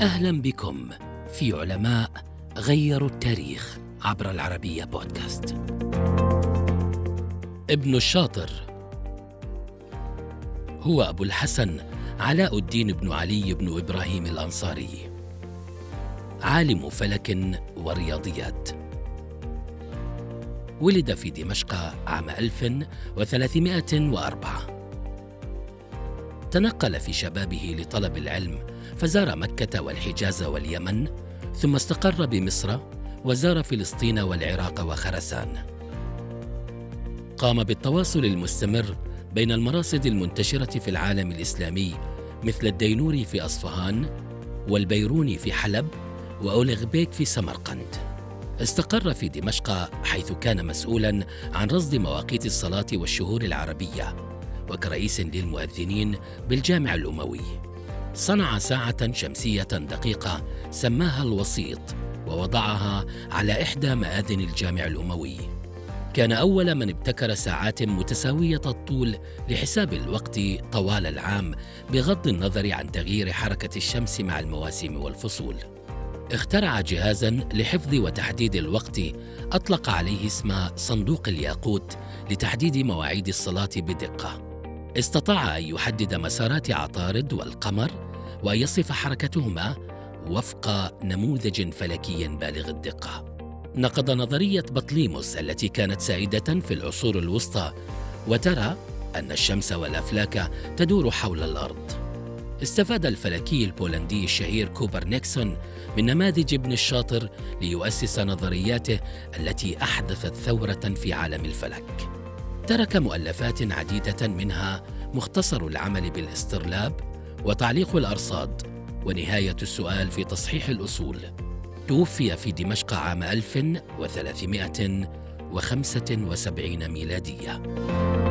أهلا بكم في علماء غيروا التاريخ عبر العربية بودكاست. ابن الشاطر هو أبو الحسن علاء الدين بن علي بن إبراهيم الأنصاري، عالم فلك ورياضيات. ولد في دمشق عام 1304. تنقل في شبابه لطلب العلم، فزار مكة والحجاز واليمن، ثم استقر بمصر وزار فلسطين والعراق وخراسان. قام بالتواصل المستمر بين المراصد المنتشرة في العالم الإسلامي مثل الدينوري في أصفهان والبيروني في حلب وأولغبيك في سمرقند. استقر في دمشق حيث كان مسؤولاً عن رصد مواقيت الصلاة والشهور العربية، وكرئيس للمؤذنين بالجامع الأموي. صنع ساعة شمسية دقيقة سماها الوسيط، ووضعها على إحدى مآذن الجامع الأموي. كان أول من ابتكر ساعات متساوية الطول لحساب الوقت طوال العام، بغض النظر عن تغيير حركة الشمس مع المواسم والفصول. اخترع جهازاً لحفظ وتحديد الوقت أطلق عليه اسم صندوق الياقوت لتحديد مواعيد الصلاة بدقة. استطاع أن يحدد مسارات عطارد والقمر وأن يصف حركتهما وفق نموذج فلكي بالغ الدقة. نقض نظرية بطليموس التي كانت سائدة في العصور الوسطى، وترى أن الشمس والأفلاك تدور حول الأرض. استفاد الفلكي البولندي الشهير كوبرنيكسون من نماذج ابن الشاطر ليؤسس نظرياته التي أحدثت ثورة في عالم الفلك. ترك مؤلفات عديدة، منها مختصر العمل بالاسترلاب وتعليق الأرصاد ونهاية السؤال في تصحيح الأصول. توفي في دمشق عام 1375 ميلادية.